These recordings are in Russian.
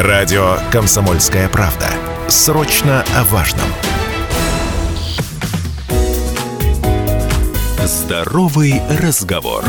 Радио «Комсомольская правда». Срочно о важном. Здоровый разговор.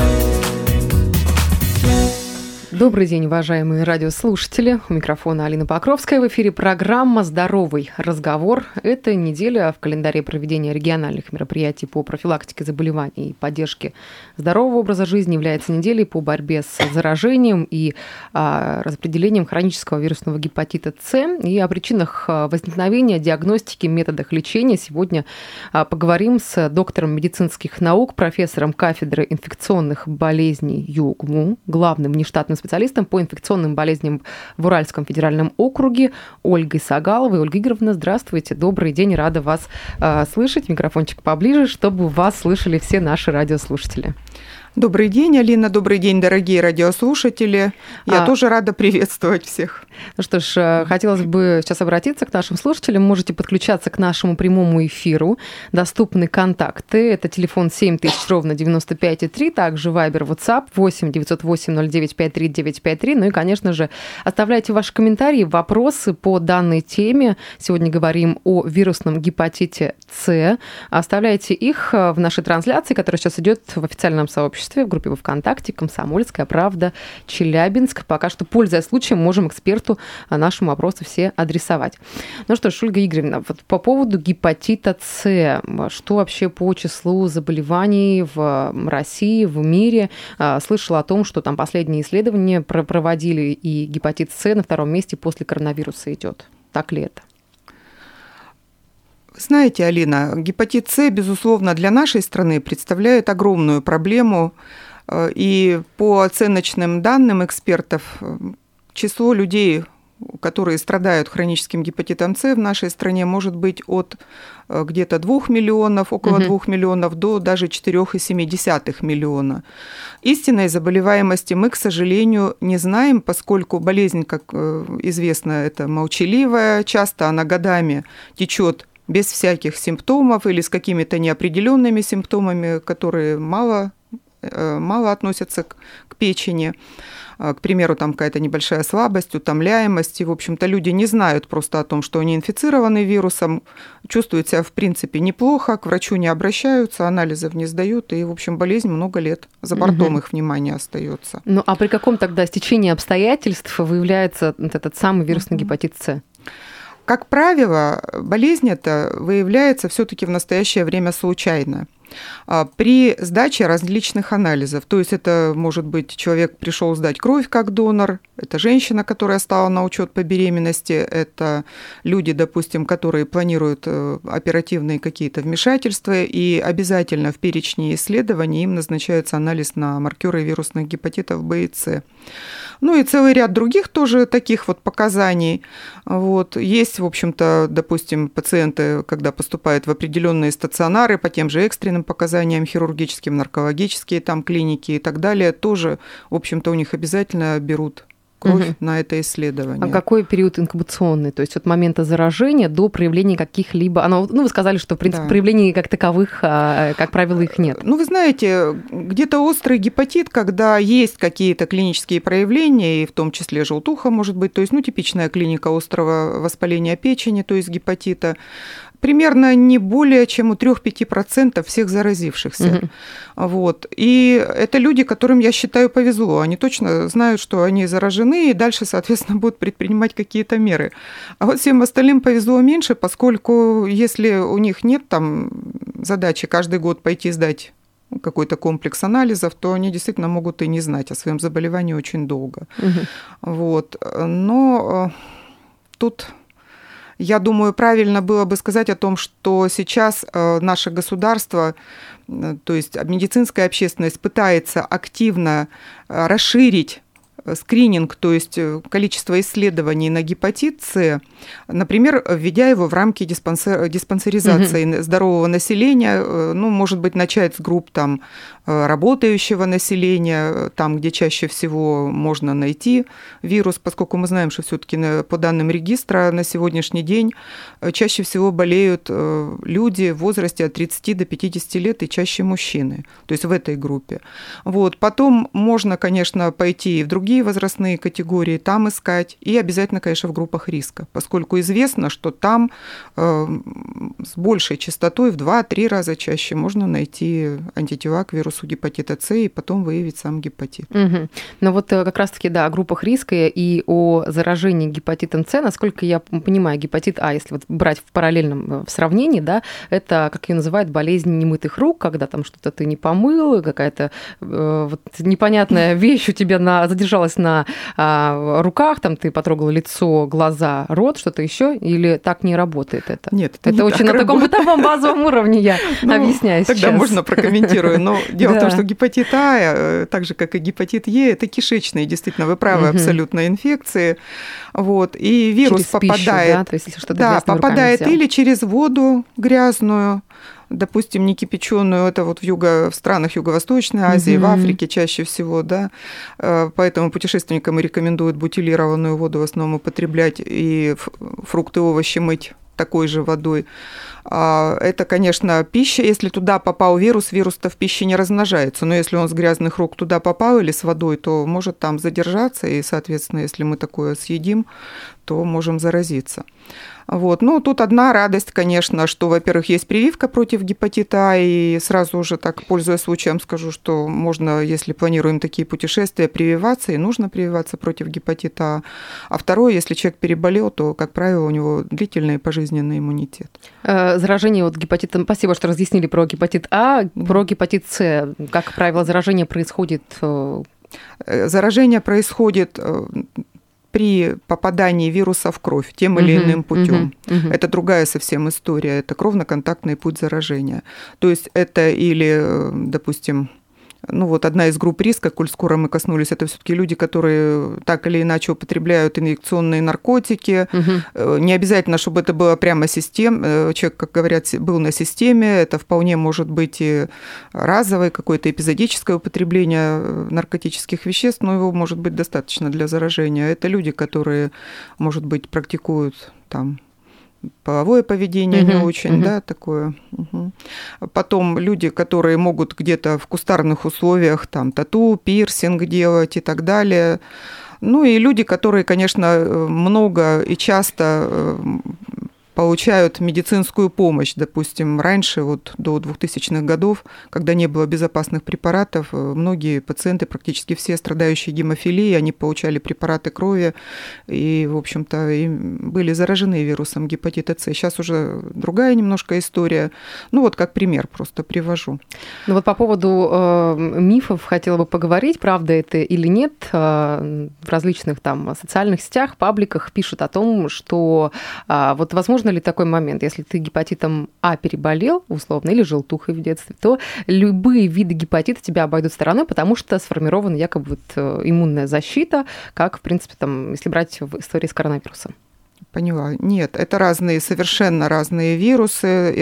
Добрый день, уважаемые радиослушатели. У микрофона Алина Покровская. В эфире программа «Здоровый разговор». Это неделя в календаре проведения региональных мероприятий по профилактике заболеваний и поддержке здорового образа жизни является неделей по борьбе с заражением и распределением хронического вирусного гепатита С. И о причинах возникновения, диагностике, методах лечения сегодня поговорим с доктором медицинских наук, профессором кафедры инфекционных болезней ЮГМУ, главным внештатным специалистом по инфекционным болезням в Уральском федеральном округе Ольгой Сагаловой. Ольга Игоревна, здравствуйте, добрый день, рада вас слышать. Микрофончик поближе, чтобы вас слышали все наши радиослушатели. Добрый день, Алина, добрый день, дорогие радиослушатели. Я тоже рада приветствовать всех. Ну что ж, хотелось бы сейчас обратиться к нашим слушателям. Можете подключаться к нашему прямому эфиру. Доступны контакты. Это телефон 7000 ровно 95,3, также Viber, WhatsApp 8 908 09 53 953. Ну и, конечно же, оставляйте ваши комментарии, вопросы по данной теме. Сегодня говорим о вирусном гепатите С. Оставляйте их в нашей трансляции, которая сейчас идет в официальном сообществе, в группе во ВКонтакте «Комсомольская правда. Челябинск». Пока что, пользуясь случаем, можем эксперту нашему вопросы все адресовать. Ну что ж, Ольга Игоревна, вот по поводу гепатита С, что вообще по числу заболеваний в России, в мире? Слышала о том, что там последние исследования проводили, и гепатит С на втором месте после коронавируса идет. Так ли это? Знаете, Алина, гепатит С, безусловно, для нашей страны представляет огромную проблему. И по оценочным данным экспертов, число людей, которые страдают хроническим гепатитом С в нашей стране, может быть от где-то 2 миллионов, около 2 миллионов, до даже 4,7 миллиона. Истинной заболеваемости мы, к сожалению, не знаем, поскольку болезнь, как известно, это молчаливая, часто она годами течет без всяких симптомов или с какими-то неопределенными симптомами, которые мало относятся к печени. К примеру, там какая-то небольшая слабость, утомляемость. И, в общем-то, люди не знают просто о том, что они инфицированы вирусом, чувствуют себя, в принципе, неплохо, к врачу не обращаются, анализов не сдают, и, в общем, болезнь много лет за бортом их внимания остается. Ну, а при каком тогда стечении обстоятельств выявляется этот самый вирусный гепатит С? Как правило, болезнь эта выявляется все-таки в настоящее время случайно. При сдаче различных анализов, то есть это может быть человек пришел сдать кровь как донор, это женщина, которая стала на учет по беременности, это люди, допустим, которые планируют оперативные какие-то вмешательства, и обязательно в перечне исследований им назначается анализ на маркеры вирусных гепатитов В и С. Ну и целый ряд других тоже таких вот показаний. Вот. Есть, в общем-то, допустим, пациенты, когда поступают в определенные стационары по тем же экстренным показаниям, хирургическим, наркологические там клиники и так далее, тоже, в общем-то, у них обязательно берут кровь на это исследование. А какой период инкубационный? То есть от момента заражения до проявления каких-либо... вы сказали, что, в принципе, проявлений как таковых, как правило, их нет. Ну, вы знаете, где-то острый гепатит, когда есть какие-то клинические проявления, и в том числе желтуха, может быть, то есть, типичная клиника острого воспаления печени, то есть гепатита, примерно не более чем у 3-5% всех заразившихся. Вот. И это люди, которым, я считаю, повезло. Они точно знают, что они заражены, и дальше, соответственно, будут предпринимать какие-то меры. А вот всем остальным повезло меньше, поскольку если у них нет там задачи каждый год пойти сдать какой-то комплекс анализов, то они действительно могут и не знать о своем заболевании очень долго. Вот. Но тут... Я думаю, правильно было бы сказать о том, что сейчас наше государство, то есть медицинская общественность, пытается активно расширить скрининг, то есть количество исследований на гепатит С, например, введя его в рамки диспансеризации здорового населения, может быть, начать с групп там работающего населения, там, где чаще всего можно найти вирус, поскольку мы знаем, что все-таки по данным регистра на сегодняшний день чаще всего болеют люди в возрасте от 30 до 50 лет и чаще мужчины, то есть в этой группе. Вот. Потом можно, конечно, пойти и в другие другие возрастные категории, там искать. И обязательно, конечно, в группах риска, поскольку известно, что там с большей частотой в 2-3 раза чаще можно найти антитела к вирусу гепатита С и потом выявить сам гепатит. Угу. Но вот как раз-таки, да, о группах риска и о заражении гепатитом С, насколько я понимаю, гепатит А, если вот брать в параллельном сравнении, да, это, как ее называют, болезнь немытых рук, когда там что-то ты не помыл, какая-то вот непонятная вещь у тебя задержалась на руках, там ты потрогал лицо, глаза, рот, что-то еще, или так не работает это? Нет, это очень на таком бытовом базовом уровне я объясняю сейчас. Тогда можно прокомментирую. Но дело в том, что гепатит А, так же, как и гепатит Е, это кишечные, действительно, вы правы, абсолютно инфекции. Вот. И вирус попадает, пищу, да? То есть, если что-то попадает или через воду грязную, допустим, не кипяченую, это вот в странах Юго-Восточной Азии, в Африке чаще всего, да, поэтому путешественникам рекомендуют бутилированную воду в основном употреблять и фрукты, овощи мыть такой же водой. Это, конечно, пища. Если туда попал вирус-то в пище не размножается. Но если он с грязных рук туда попал или с водой, то может там задержаться. И, соответственно, если мы такое съедим, то можем заразиться. Вот. Ну, тут одна радость, конечно, что, во-первых, есть прививка против гепатита А, и сразу уже так, пользуясь случаем, скажу, что можно, если планируем такие путешествия, прививаться, и нужно прививаться против гепатита А. А второе, если человек переболел, то, как правило, у него длительный пожизненный иммунитет. Заражение от гепатита... Спасибо, что разъяснили про гепатит А. Про гепатит С. Как правило, заражение происходит... Заражение происходит при попадании вируса в кровь тем или иным путем. Это другая совсем история, это кровно-контактный путь заражения. То есть это или, допустим, ну вот одна из групп риска, коль скоро мы коснулись, это все-таки люди, которые так или иначе употребляют инъекционные наркотики. Не обязательно, чтобы это было прямо система. Человек, как говорят, был на системе. Это вполне может быть и разовое, какое-то эпизодическое употребление наркотических веществ, но его может быть достаточно для заражения. Это люди, которые, может быть, практикуют там половое поведение не очень, да, такое. Потом люди, которые могут где-то в кустарных условиях там тату, пирсинг делать и так далее. Ну и люди, которые, конечно, много и часто получают медицинскую помощь. Допустим, раньше, вот до 2000-х годов, когда не было безопасных препаратов, многие пациенты, практически все страдающие гемофилией, они получали препараты крови и, в общем-то, и были заражены вирусом гепатита С. Сейчас уже другая немножко история. Ну вот как пример просто привожу. Ну вот по поводу мифов хотела бы поговорить, правда это или нет. В различных там социальных сетях, пабликах пишут о том, что вот возможно ли такой момент, если ты гепатитом А переболел, условно, или желтухой в детстве, то любые виды гепатита тебя обойдут стороной, потому что сформирована якобы вот иммунная защита, как, в принципе, там, если брать в истории с коронавирусом. Поняла. Нет, это совершенно разные вирусы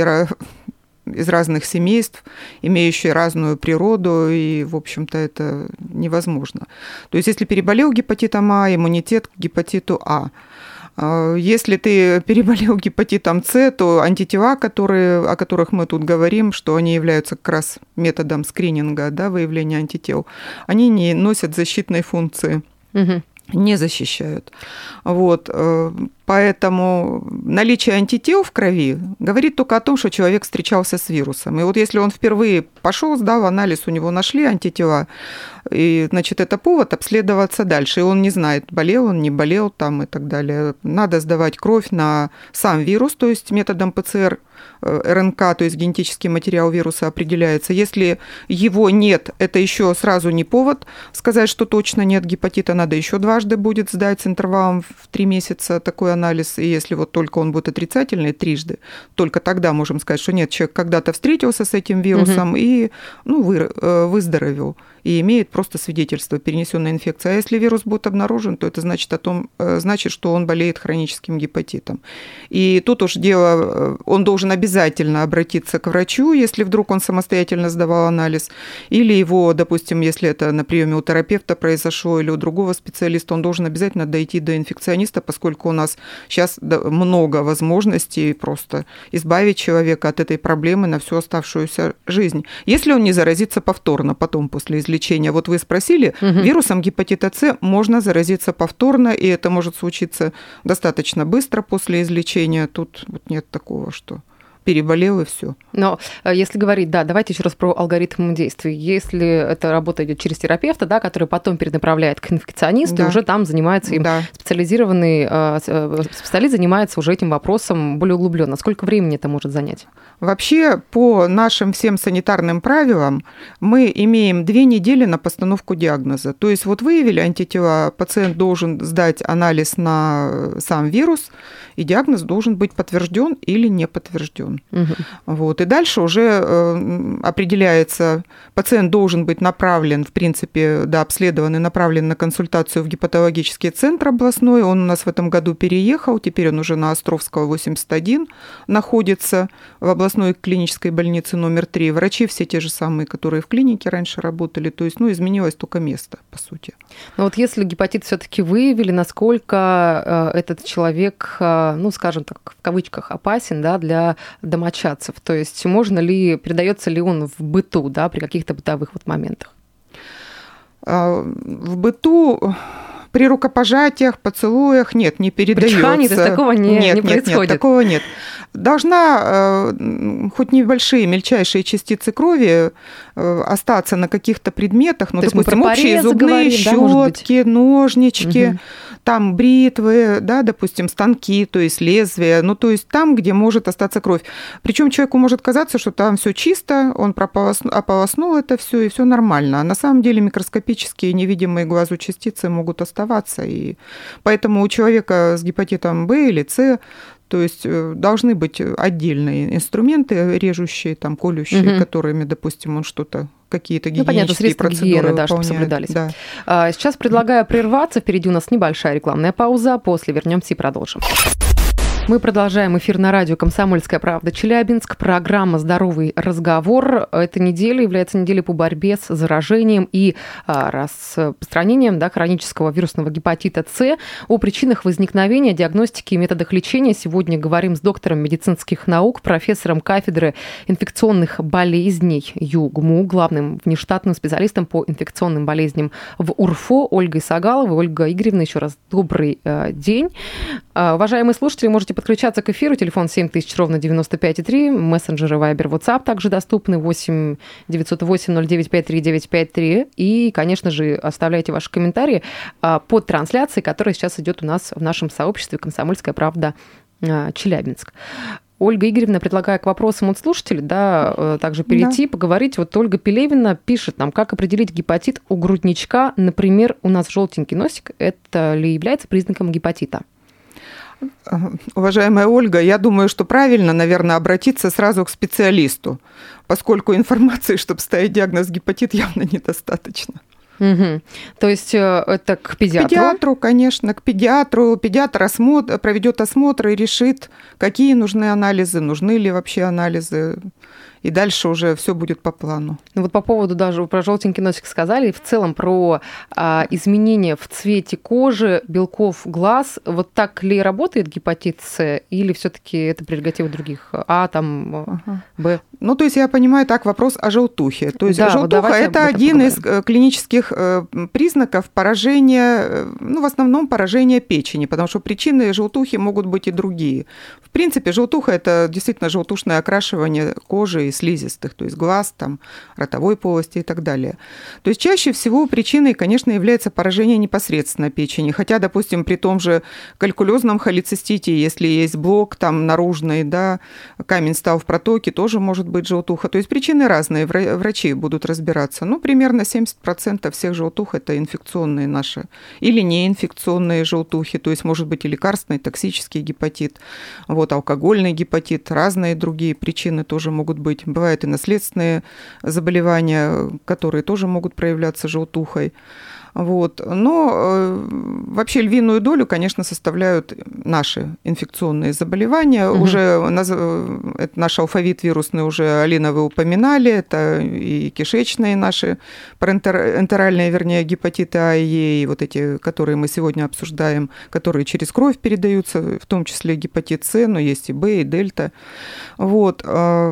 из разных семейств, имеющие разную природу, и, в общем-то, это невозможно. То есть, если переболел гепатитом А, иммунитет к гепатиту А. Если ты переболел гепатитом С, то антитела, о которых мы тут говорим, что они являются как раз методом скрининга, да, выявления антител, они не носят защитной функции, не защищают. Вот. Поэтому наличие антител в крови говорит только о том, что человек встречался с вирусом. И вот если он впервые пошел, сдал анализ, у него нашли антитела, и, значит, это повод обследоваться дальше. И он не знает, болел он, не болел там и так далее. Надо сдавать кровь на сам вирус, то есть методом ПЦР, РНК, то есть генетический материал вируса определяется. Если его нет, это еще сразу не повод сказать, что точно нет гепатита. Надо еще дважды будет сдать с интервалом в 3 месяца такой анализ. И если вот только он будет отрицательный трижды, только тогда можем сказать, что нет, человек когда-то встретился с этим вирусом и выздоровел. И имеет просто свидетельство перенесенной инфекции. А если вирус будет обнаружен, то это значит, что он болеет хроническим гепатитом. И тут уж дело, он должен обязательно обратиться к врачу, если вдруг он самостоятельно сдавал анализ, или его, допустим, если это на приеме у терапевта произошло, или у другого специалиста, инфекциониста, он должен обязательно дойти до инфекциониста, поскольку у нас сейчас много возможностей просто избавить человека от этой проблемы на всю оставшуюся жизнь. Если он не заразится повторно, потом после излечения. Вот вы спросили, вирусом гепатита С можно заразиться повторно, и это может случиться достаточно быстро после излечения. Тут вот нет такого, что переболел и все. Но если говорить, да, давайте еще раз про алгоритм действий. Если эта работа идет через терапевта, да, который потом перенаправляет к инфекционисту, да. Уже там занимается им специализированный специалист, занимается уже этим вопросом более углубленно. Сколько времени это может занять? Вообще, по нашим всем санитарным правилам, мы имеем 2 недели на постановку диагноза. То есть вот выявили антитела, пациент должен сдать анализ на сам вирус, и диагноз должен быть подтвержден или не подтвержден. Вот. И дальше уже определяется, пациент должен быть направлен, в принципе, обследован и направлен на консультацию в гепатологический центр областной. Он у нас в этом году переехал, теперь он уже на Островского 81 находится, в областной клинической больнице номер 3. Врачи все те же самые, которые в клинике раньше работали, то есть, изменилось только место, по сути. Но вот если гепатит все-таки выявили, насколько этот человек, скажем так, в кавычках, опасен, да, для домочадцев? То есть передается ли он в быту, да, при каких-то бытовых моментах? В быту при рукопожатиях, поцелуях не передается. При чихании такого не происходит? Нет, такого нет. Должна хоть небольшие, мельчайшие частицы крови остаться на каких-то предметах, допустим, общие зубные щетки, ножнички, там бритвы, да, допустим, станки, то есть лезвия, то есть там, где может остаться кровь. Причем человеку может казаться, что там все чисто, он ополоснул это все и все нормально. А на самом деле микроскопические невидимые глазу частицы могут оставаться. И поэтому у человека с гепатитом Б или С, то есть должны быть отдельные инструменты, режущие, колющие, которыми, допустим, он какие-то гигиенические процедуры выполняет. Чтобы соблюдались. Да. Сейчас предлагаю прерваться. Впереди у нас небольшая рекламная пауза. После вернемся и продолжим. Мы продолжаем эфир на радио «Комсомольская правда» Челябинск. Программа «Здоровый разговор». Эта неделя является неделей по борьбе с заражением и распространением хронического вирусного гепатита С. О причинах возникновения, диагностике и методах лечения сегодня говорим с доктором медицинских наук, профессором кафедры инфекционных болезней ЮГМУ, главным внештатным специалистом по инфекционным болезням в УРФО Ольгой Сагаловой. Ольга Игоревна, еще раз добрый день. Уважаемые слушатели, можете подключаться к эфиру. Телефон 7000 95,3. Мессенджеры Viber, WhatsApp также доступны. 8 908 0953 953. И, конечно же, оставляйте ваши комментарии под трансляцией, которая сейчас идет у нас в нашем сообществе «Комсомольская правда» Челябинск. Ольга Игоревна, предлагаю к вопросам от слушателей, также перейти, поговорить. Вот Ольга Пелевина пишет нам, как определить гепатит у грудничка. Например, у нас желтенький носик. Это ли является признаком гепатита? Уважаемая Ольга, я думаю, что правильно, наверное, обратиться сразу к специалисту, поскольку информации, чтобы ставить диагноз гепатит, явно недостаточно. То есть это к педиатру? К педиатру, конечно, к педиатру. Педиатр проведет осмотр и решит, какие нужны анализы, нужны ли вообще анализы. И дальше уже все будет по плану. Вот по поводу даже про желтенький носик сказали, и в целом про изменения в цвете кожи, белков глаз. Вот так ли работает гепатит С, или все-таки это прерогатива других? Б? То есть я понимаю так вопрос о желтухе. То есть желтуха – это один из клинических признаков поражения, в основном поражения печени, потому что причины желтухи могут быть и другие. В принципе, желтуха – это действительно желтушное окрашивание кожи и слизистых, то есть глаз, ротовой полости и так далее. То есть чаще всего причиной, конечно, является поражение непосредственно печени, хотя, допустим, при том же калькулезном холецистите, если есть блок наружный, камень стал в протоке, тоже может быть желтуха. То есть причины разные, врачи будут разбираться. Примерно 70% всех желтух – это инфекционные наши или неинфекционные желтухи, то есть может быть и лекарственный, токсический гепатит, алкогольный гепатит, разные другие причины тоже могут быть. Бывают и наследственные заболевания, которые тоже могут проявляться желтухой. Вот. Но вообще львиную долю, конечно, составляют наши инфекционные заболевания. Уже это наш алфавит вирусный, уже, Алина, вы упоминали, это и кишечные наши, парентеральные, вернее, гепатиты А и Е, и вот эти, которые мы сегодня обсуждаем, которые через кровь передаются, в том числе гепатит С, но есть и Б, и дельта. Вот.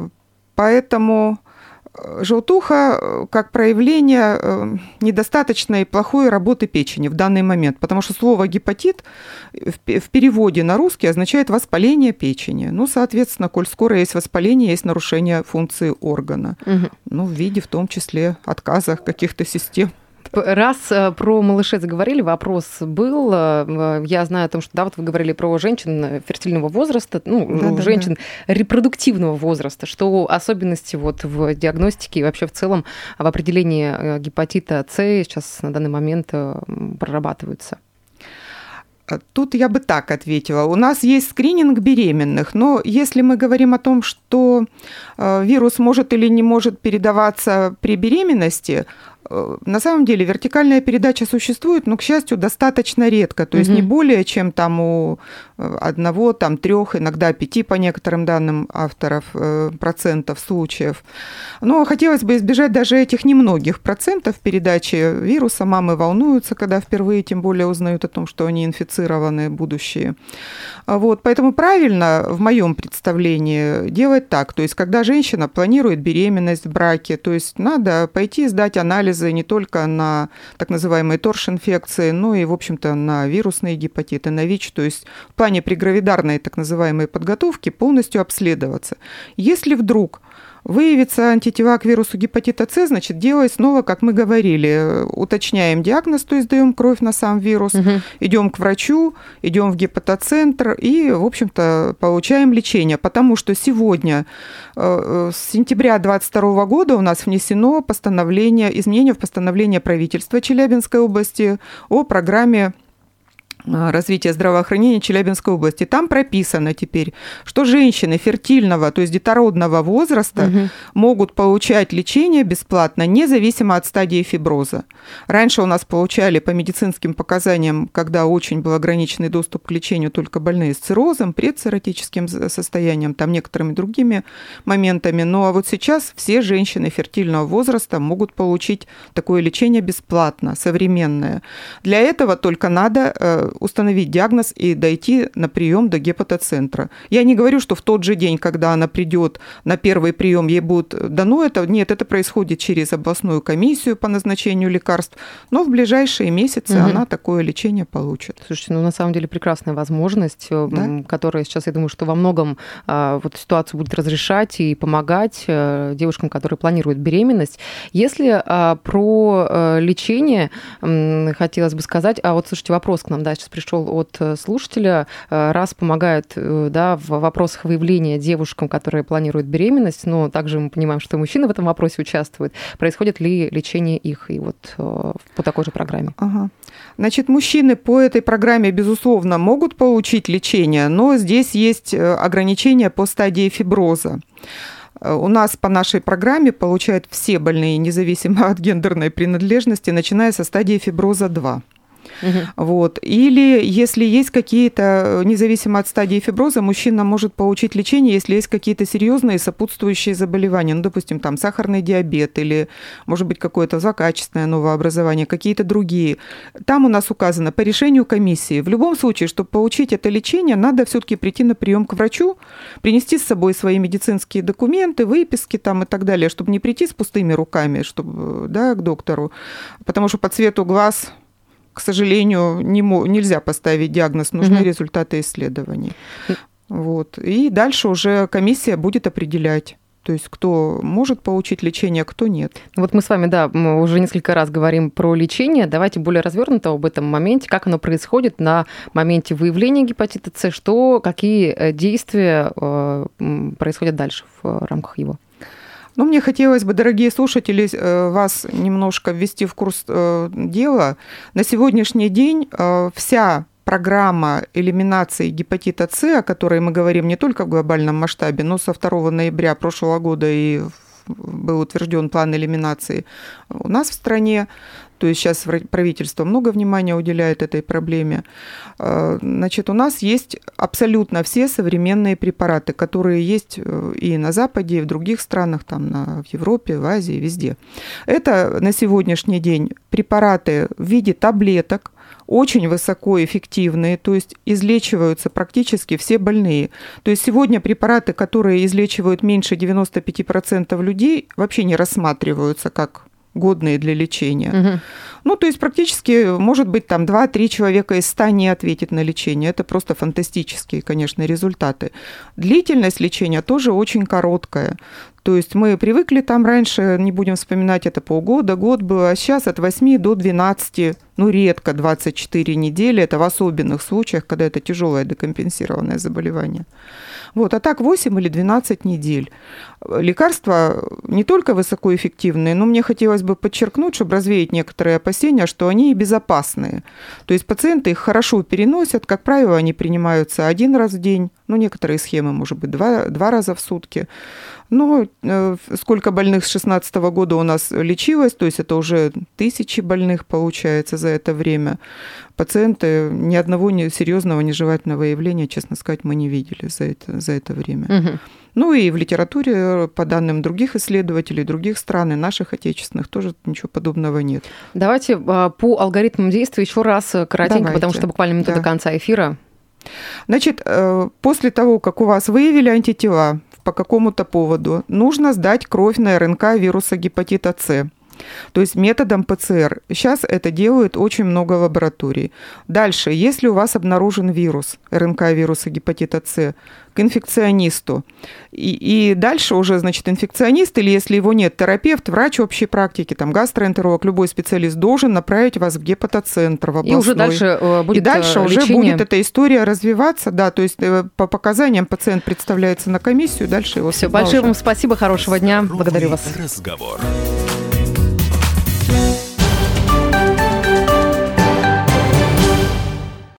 Поэтому желтуха как проявление недостаточной плохой работы печени в данный момент, потому что слово «гепатит» в переводе на русский означает «воспаление печени». Ну, соответственно, коль скоро есть воспаление, есть нарушение функции органа, ну, в виде в том числе отказа каких-то систем. Раз про малышей заговорили, вопрос был. Я знаю о том, что, да, вот вы говорили про женщин фертильного возраста, женщин репродуктивного возраста, что особенности вот в диагностике и вообще в целом в определении гепатита С сейчас на данный момент прорабатываются. Тут я бы так ответила. У нас есть скрининг беременных, но если мы говорим о том, что вирус может или не может передаваться при беременности, на самом деле вертикальная передача существует, но, к счастью, достаточно редко, то есть не более чем там у 1, 3, иногда 5 по некоторым данным авторов процентов случаев. Но хотелось бы избежать даже этих немногих процентов передачи вируса. Мамы волнуются, когда впервые тем более узнают о том, что они инфицированы будущие. Вот, поэтому правильно, в моем представлении, делать так. То есть когда женщина планирует беременность в браке, то есть надо пойти сдать анализы не только на так называемые торш-инфекции, но и, в общем-то, на вирусные гепатиты, на ВИЧ, то есть в плане прегравидарной так называемой подготовки полностью обследоваться. Если вдруг выявится антитела к вирусу гепатита С, значит, делай снова, как мы говорили, уточняем диагноз, то есть даем кровь на сам вирус, идем к врачу, идем в гепатоцентр и, в общем-то, получаем лечение, потому что сегодня, с сентября 2022 года у нас внесено изменение в постановление правительства Челябинской области о программе развития здравоохранения Челябинской области. Там прописано теперь, что женщины фертильного, то есть детородного возраста могут получать лечение бесплатно, независимо от стадии фиброза. Раньше у нас получали по медицинским показаниям, когда очень был ограниченный доступ к лечению, только больные с циррозом, предцирротическим состоянием, там некоторыми другими моментами. Ну а вот сейчас все женщины фертильного возраста могут получить такое лечение бесплатно, современное. Для этого только надо установить диагноз и дойти на прием до гепатоцентра. Я не говорю, что в тот же день, когда она придет на первый прием, ей будет дано это. Нет, это происходит через областную комиссию по назначению лекарств, но в ближайшие месяцы она такое лечение получит. Слушайте, на самом деле прекрасная возможность, которая сейчас, я думаю, что во многом вот ситуацию будет разрешать и помогать девушкам, которые планируют беременность. Если про лечение хотелось бы сказать, вот слушайте, вопрос к нам, сейчас пришел от слушателя, раз помогают, в вопросах выявления девушкам, которые планируют беременность, но также мы понимаем, что и мужчины в этом вопросе участвуют. Происходит ли лечение их и вот по такой же программе? Значит, мужчины по этой программе, безусловно, могут получить лечение, но здесь есть ограничения по стадии фиброза. У нас по нашей программе получают все больные, независимо от гендерной принадлежности, начиная со стадии фиброза 2. Вот. Или если есть какие-то, независимо от стадии фиброза, мужчина может получить лечение, если есть какие-то серьезные сопутствующие заболевания, допустим, там сахарный диабет или, может быть, какое-то злокачественное новообразование, какие-то другие. Там у нас указано по решению комиссии. В любом случае, чтобы получить это лечение, надо все-таки прийти на прием к врачу, принести с собой свои медицинские документы, выписки там и так далее, чтобы не прийти с пустыми руками, чтобы, к доктору, потому что по цвету глаз, к сожалению, нельзя поставить диагноз, нужны результаты исследований. Вот. И дальше уже комиссия будет определять, то есть кто может получить лечение, а кто нет. Вот мы с вами, мы уже несколько раз говорим про лечение. Давайте более развернуто об этом моменте, как оно происходит на моменте выявления гепатита С, какие действия происходят дальше в рамках его. Мне хотелось бы, дорогие слушатели, вас немножко ввести в курс дела. На сегодняшний день вся программа элиминации гепатита С, о которой мы говорим не только в глобальном масштабе, но со 2 ноября прошлого года и был утвержден план элиминации у нас в стране, То есть сейчас правительство много внимания уделяет этой проблеме. Значит, у нас есть абсолютно все современные препараты, которые есть и на Западе, и в других странах, там, в Европе, в Азии, везде. Это на сегодняшний день препараты в виде таблеток, очень высокоэффективные, то есть излечиваются практически все больные. То есть сегодня препараты, которые излечивают меньше 95% людей, вообще не рассматриваются как годные для лечения. Угу. Ну, то есть практически, может быть, там 2-3 человека из 100 не ответит на лечение. Это просто фантастические, конечно, результаты. Длительность лечения тоже очень короткая. То есть мы привыкли там раньше, не будем вспоминать, это полгода, год был, а сейчас от 8 до 12, ну, редко 24 недели. Это в особенных случаях, когда это тяжелое декомпенсированное заболевание. Вот, а так 8 или 12 недель. Лекарства не только высокоэффективные, но мне хотелось бы подчеркнуть, чтобы развеять некоторые опасения, что они и безопасные. То есть пациенты их хорошо переносят, как правило, они принимаются 1 раз в день, ну, некоторые схемы, может быть, 2 раза в сутки. Но сколько больных с 2016 года у нас лечилось, то есть это уже тысячи больных, получается, за это время. Пациенты ни одного серьезного нежелательного явления, честно сказать, мы не видели за это время. Угу. Ну и в литературе, по данным других исследователей, других стран и наших отечественных, тоже ничего подобного нет. Давайте по алгоритмам действия еще раз коротенько, потому что буквально минуту до конца эфира. Значит, после того, как у вас выявили антитела по какому-то поводу, нужно сдать кровь на РНК вируса гепатита С. То есть методом ПЦР. Сейчас это делают очень много лабораторий. Дальше, если у вас обнаружен вирус, РНК вируса гепатита С, к инфекционисту. И дальше уже, значит, инфекционист, или если его нет, терапевт, врач общей практики, там, гастроэнтеролог, любой специалист должен направить вас в гепатоцентр, в областной. И уже дальше будет дальше лечение. Уже будет эта история развиваться, да, то есть по показаниям пациент представляется на комиссию, дальше его... Все, большое вам спасибо, хорошего дня, благодарю вас. Разговор.